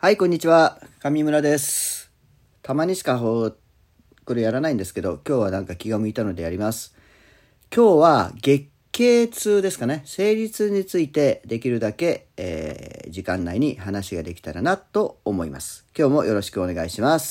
はい、こんにちは。上村です。たまにしかこれやらないんですけど、今日はなんか気が向いたのでやります。今日は月経痛ですかね。生理痛についてできるだけ、時間内に話ができたらなと思います。今日もよろしくお願いします。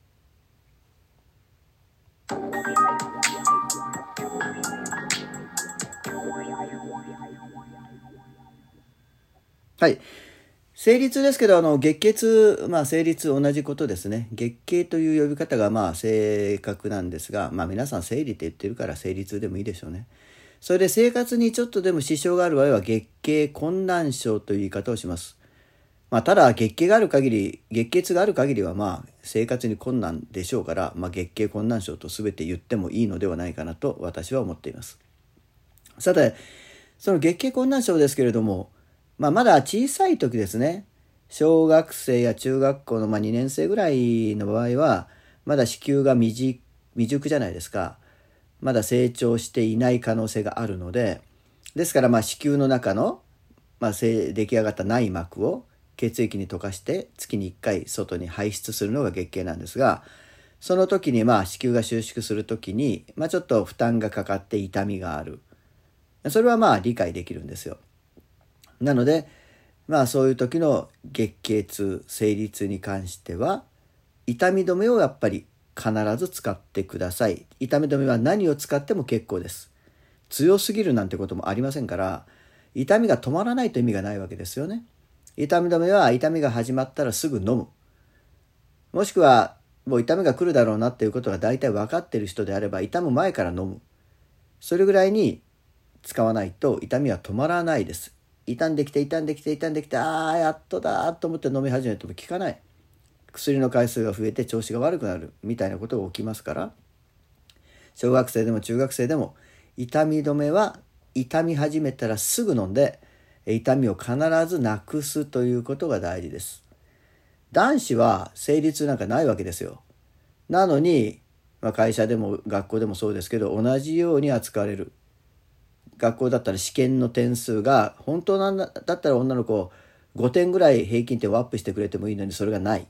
はい。生理痛ですけど、月経痛、生理痛同じことですね。月経という呼び方が正確なんですが、皆さん生理って言ってるから生理痛でもいいでしょうね。それで生活にちょっとでも支障がある場合は月経困難症という言い方をします。ただ月経痛がある限りは生活に困難でしょうから、月経困難症と全て言ってもいいのではないかなと私は思っています。さて、その月経困難症ですけれども、まだ小さい時ですね。小学生や中学校の2年生ぐらいの場合は、まだ子宮が未熟じゃないですか。まだ成長していない可能性があるので、ですから子宮の中の、出来上がった内膜を血液に溶かして月に1回外に排出するのが月経なんですが、その時に子宮が収縮する時に、ちょっと負担がかかって痛みがある。それは理解できるんですよ。なのでそういう時の月経痛、生理痛に関しては痛み止めをやっぱり必ず使ってください。痛み止めは何を使っても結構です。強すぎるなんてこともありませんから、痛みが止まらないと意味がないわけですよね。痛み止めは痛みが始まったらすぐ飲む。もしくはもう痛みが来るだろうなっていうことが大体分かっている人であれば痛む前から飲む。それぐらいに使わないと痛みは止まらないです。傷んできて、ああやっとだと思って飲み始めても効かない。薬の回数が増えて調子が悪くなるみたいなことが起きますから、小学生でも中学生でも痛み止めは痛み始めたらすぐ飲んで、痛みを必ずなくすということが大事です。男子は生理痛なんかないわけですよ。なのに、会社でも学校でもそうですけど、同じように扱われる。学校だったら試験の点数が本当なんだったら女の子5点ぐらい平均点をアップしてくれてもいいのにそれがない。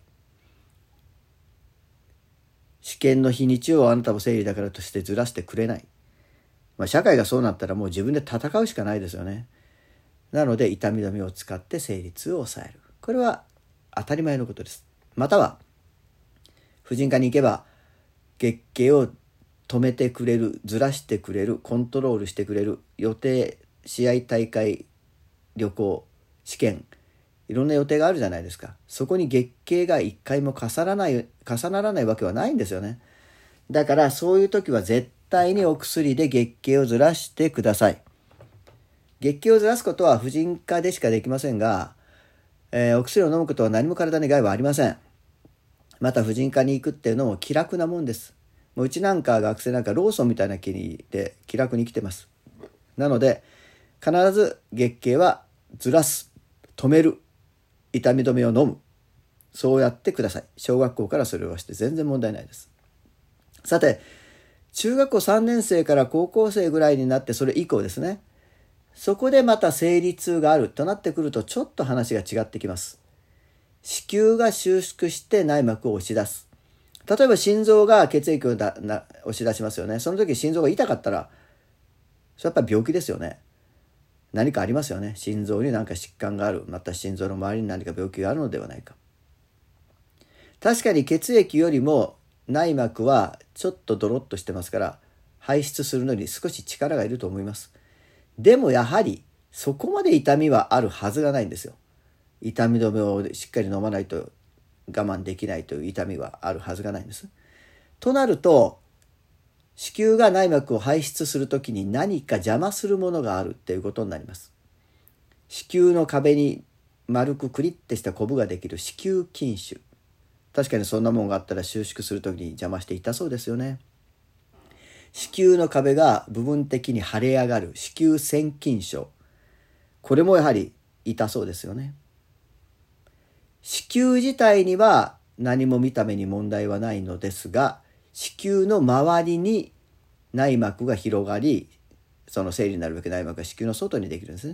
試験の日にちをあなたも生理だからとしてずらしてくれない。社会がそうなったらもう自分で戦うしかないですよね。なので痛み止めを使って生理痛を抑える。これは当たり前のことです。または婦人科に行けば月経を止めてくれる、ずらしてくれる、コントロールしてくれる、予定、試合、大会、旅行、試験、いろんな予定があるじゃないですか。そこに月経が一回も重ならないわけはないんですよね。だからそういう時は絶対にお薬で月経をずらしてください。月経をずらすことは婦人科でしかできませんが、お薬を飲むことは何も体に害はありません。また婦人科に行くっていうのも気楽なもんです。もううちなんか学生なんかローソンみたいな気で気楽に来てます。なので必ず月経はずらす、止める、痛み止めを飲む、そうやってください。小学校からそれをして全然問題ないです。さて、中学校3年生から高校生ぐらいになってそれ以降ですね、そこでまた生理痛があるとなってくるとちょっと話が違ってきます。子宮が収縮して内膜を押し出す。例えば心臓が血液を押し出しますよね。その時心臓が痛かったら、それやっぱり病気ですよね。何かありますよね。心臓に何か疾患がある。また心臓の周りに何か病気があるのではないか。確かに血液よりも内膜はちょっとドロッとしてますから、排出するのに少し力がいると思います。でもやはりそこまで痛みはあるはずがないんですよ。痛み止めをしっかり飲まないと我慢できないという痛みはあるはずがないんです。となると、子宮が内膜を排出するときに何か邪魔するものがあるっていうことになります。子宮の壁に丸くクリッてしたコブができる子宮筋腫。確かにそんなものがあったら収縮するときに邪魔して痛そうですよね。子宮の壁が部分的に腫れ上がる子宮腺筋症。これもやはり痛そうですよね。子宮自体には何も見た目に問題はないのですが、子宮の周りに内膜が広がり、その生理になるべき内膜が子宮の外にできるんですね。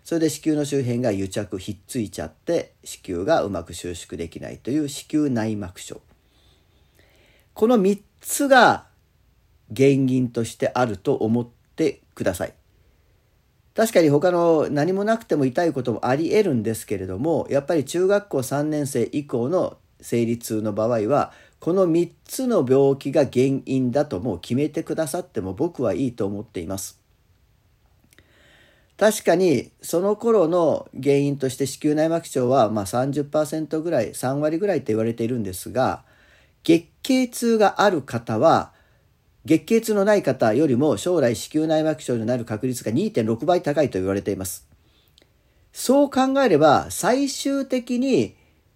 それで子宮の周辺が癒着ひっついちゃって子宮がうまく収縮できないという子宮内膜症。この3つが原因としてあると思ってください。確かに他の何もなくても痛いこともあり得るんですけれども、やっぱり中学校3年生以降の生理痛の場合はこの3つの病気が原因だともう決めてくださっても僕はいいと思っています。確かにその頃の原因として子宮内膜症は30% ぐらい、3割ぐらいと言われているんですが、月経痛がある方は月経痛のない方よりも将来子宮内膜症になる確率が 2.6 倍高いと言われています。そう考えれば最終的に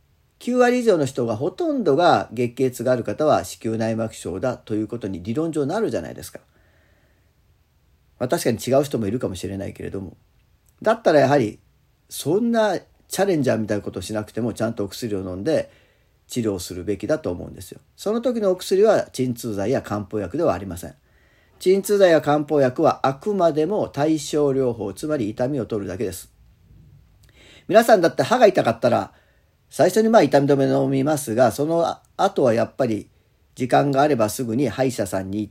9割以上の人がほとんどが月経痛がある方は子宮内膜症だということに理論上なるじゃないですか。確かに違う人もいるかもしれないけれども、だったらやはりそんなチャレンジャーみたいなことをしなくてもちゃんとお薬を飲んで治療するべきだと思うんですよ。その時のお薬は鎮痛剤や漢方薬ではありません。鎮痛剤や漢方薬はあくまでも対症療法、つまり痛みを取るだけです。皆さんだって歯が痛かったら最初に痛み止め飲みますが、その後はやっぱり時間があればすぐに歯医者さんに行って、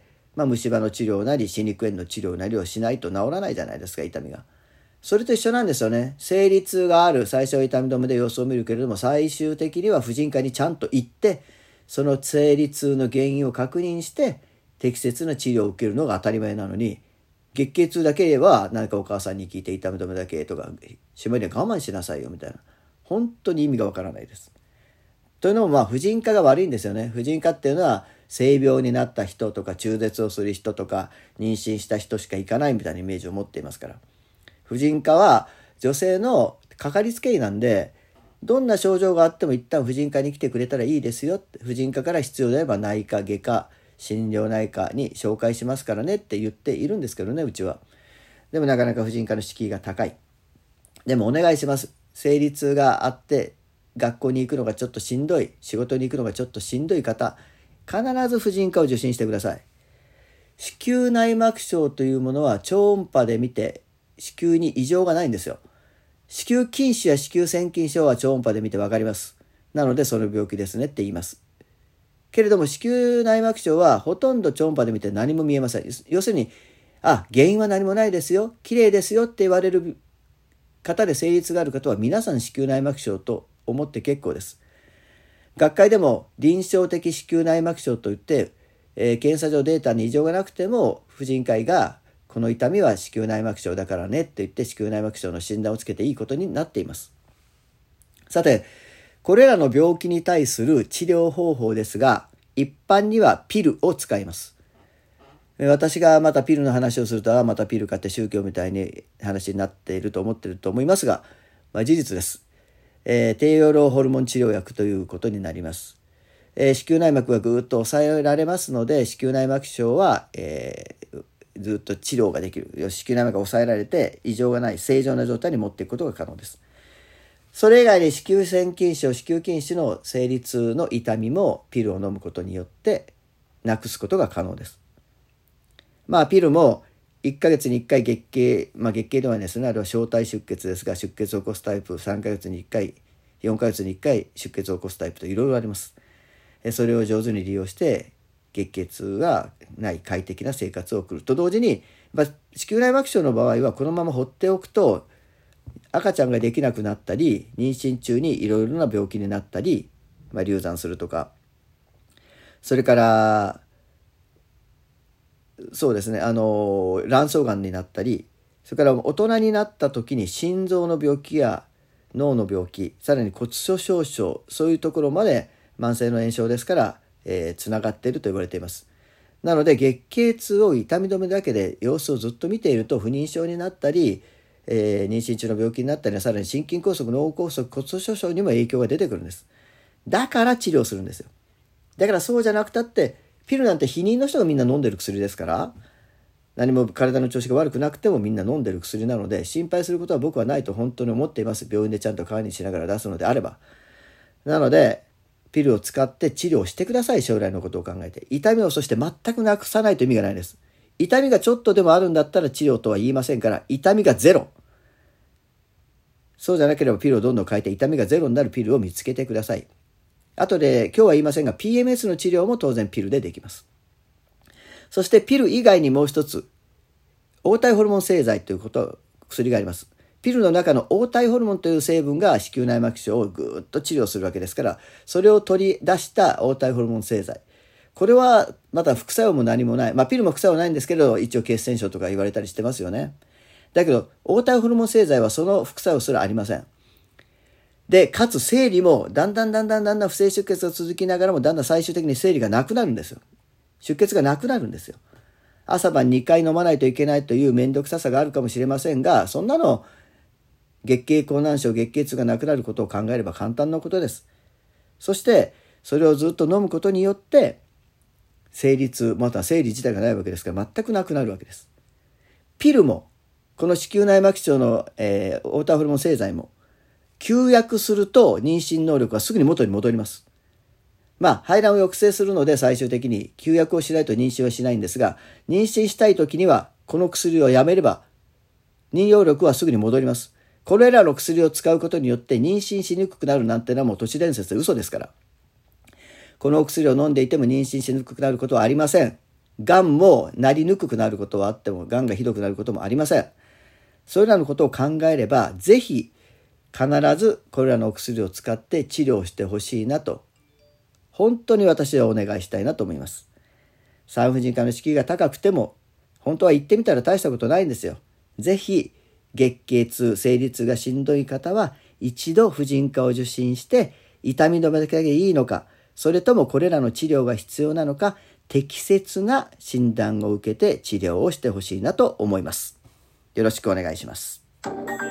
虫歯の治療なり歯肉炎の治療なりをしないと治らないじゃないですか、痛みが。それと一緒なんですよね。生理痛がある、最初は痛み止めで様子を見るけれども、最終的には婦人科にちゃんと行って、その生理痛の原因を確認して適切な治療を受けるのが当たり前なのに、月経痛だけは何かお母さんに聞いて痛み止めだけとか、しまいには我慢しなさいよみたいな、本当に意味がわからないです。というのも婦人科が悪いんですよね。婦人科っていうのは性病になった人とか中絶をする人とか妊娠した人しか行かないみたいなイメージを持っていますから。婦人科は女性のかかりつけ医なんで、どんな症状があっても一旦婦人科に来てくれたらいいですよって、婦人科から必要であれば内科、外科、心療内科に紹介しますからねって言っているんですけどね、うちは。でもなかなか婦人科の敷居が高い。でもお願いします。生理痛があって学校に行くのがちょっとしんどい、仕事に行くのがちょっとしんどい方、必ず婦人科を受診してください。子宮内膜症というものは超音波で見て子宮に異常がないんですよ。子宮筋腫や子宮腺筋症は超音波で見てわかります。なのでその病気ですねって言います。けれども子宮内膜症はほとんど超音波で見て何も見えません。要するに、原因は何もないですよ、綺麗ですよって言われる方で生理痛がある方は皆さん子宮内膜症と思って結構です。学会でも臨床的子宮内膜症といって、検査上データに異常がなくても婦人科医がこの痛みは子宮内膜症だからねって言って子宮内膜症の診断をつけていいことになっています。さて、これらの病気に対する治療方法ですが、一般にはピルを使います。私がまたピルの話をすると、またピルかって宗教みたいに話になっていると思っていると思いますが、事実です。低用量ホルモン治療薬ということになります。子宮内膜がぐーっと抑えられますので、子宮内膜症は、ずっと治療ができる。子宮内膜が抑えられて異常がない正常な状態に持っていくことが可能です。それ以外に子宮腺筋症、子宮筋腫の生理痛の痛みもピルを飲むことによってなくすことが可能です。ピルも1ヶ月に1回月経、月経ではですね、あれは小体出血ですが、出血を起こすタイプ、3ヶ月に1回、4ヶ月に1回出血を起こすタイプといろいろあります。それを上手に利用して月経痛がない快適な生活を送ると同時に、子宮内膜症の場合はこのまま放っておくと赤ちゃんができなくなったり、妊娠中にいろいろな病気になったり、流産するとか、それからそうですね、卵巣がんになったり、それから大人になった時に心臓の病気や脳の病気、さらに骨粗しょう症、そういうところまで慢性の炎症ですから、つながっていると言われています。なので月経痛を痛み止めだけで様子をずっと見ていると不妊症になったり、妊娠中の病気になったり、さらに心筋梗塞、脳梗塞、骨粗しょう症にも影響が出てくるんです。だから治療するんですよ。だからそうじゃなくたってピルなんて避妊の人がみんな飲んでる薬ですから、何も体の調子が悪くなくてもみんな飲んでる薬なので、心配することは僕はないと本当に思っています。病院でちゃんと管理しながら出すのであれば。なのでピルを使って治療してください。将来のことを考えて。痛みをそして全くなくさないと意味がないです。痛みがちょっとでもあるんだったら治療とは言いませんから、痛みがゼロ。 そうじゃなければピルをどんどん変えて痛みがゼロになるピルを見つけてください。後で今日は言いませんが PMS の治療も当然ピルでできます。そしてピル以外にもう一つ黄体ホルモン製剤という薬があります。ピルの中の黄体ホルモンという成分が子宮内膜症をぐーっと治療するわけですから、それを取り出した黄体ホルモン製剤。これはまた副作用も何もない。ピルも副作用ないんですけど、一応血栓症とか言われたりしてますよね。だけど、黄体ホルモン製剤はその副作用すらありません。で、かつ生理もだんだん不正出血が続きながらもだんだん最終的に生理がなくなるんですよ。出血がなくなるんですよ。朝晩2回飲まないといけないという面倒くささがあるかもしれませんが、そんなの月経困難症、月経痛がなくなることを考えれば簡単なことです。そしてそれをずっと飲むことによって生理痛、または生理自体がないわけですから全くなくなるわけです。ピルもこの子宮内膜症の、黄体ホルモン製剤も休薬すると妊娠能力はすぐに元に戻ります。排卵を抑制するので最終的に休薬をしないと妊娠はしないんですが、妊娠したい時にはこの薬をやめれば妊用力はすぐに戻ります。これらの薬を使うことによって妊娠しにくくなるなんてのはもう都市伝説で嘘ですから。このお薬を飲んでいても妊娠しにくくなることはありません。がんもなりにくくなることはあっても、がんがひどくなることもありません。それらのことを考えれば、ぜひ必ずこれらのお薬を使って治療してほしいなと、本当に私はお願いしたいなと思います。産婦人科の敷居が高くても、本当は行ってみたら大したことないんですよ。ぜひ月経痛、生理痛がしんどい方は一度婦人科を受診して痛み止めだけでいいのか、それともこれらの治療が必要なのか、適切な診断を受けて治療をしてほしいなと思います。よろしくお願いします。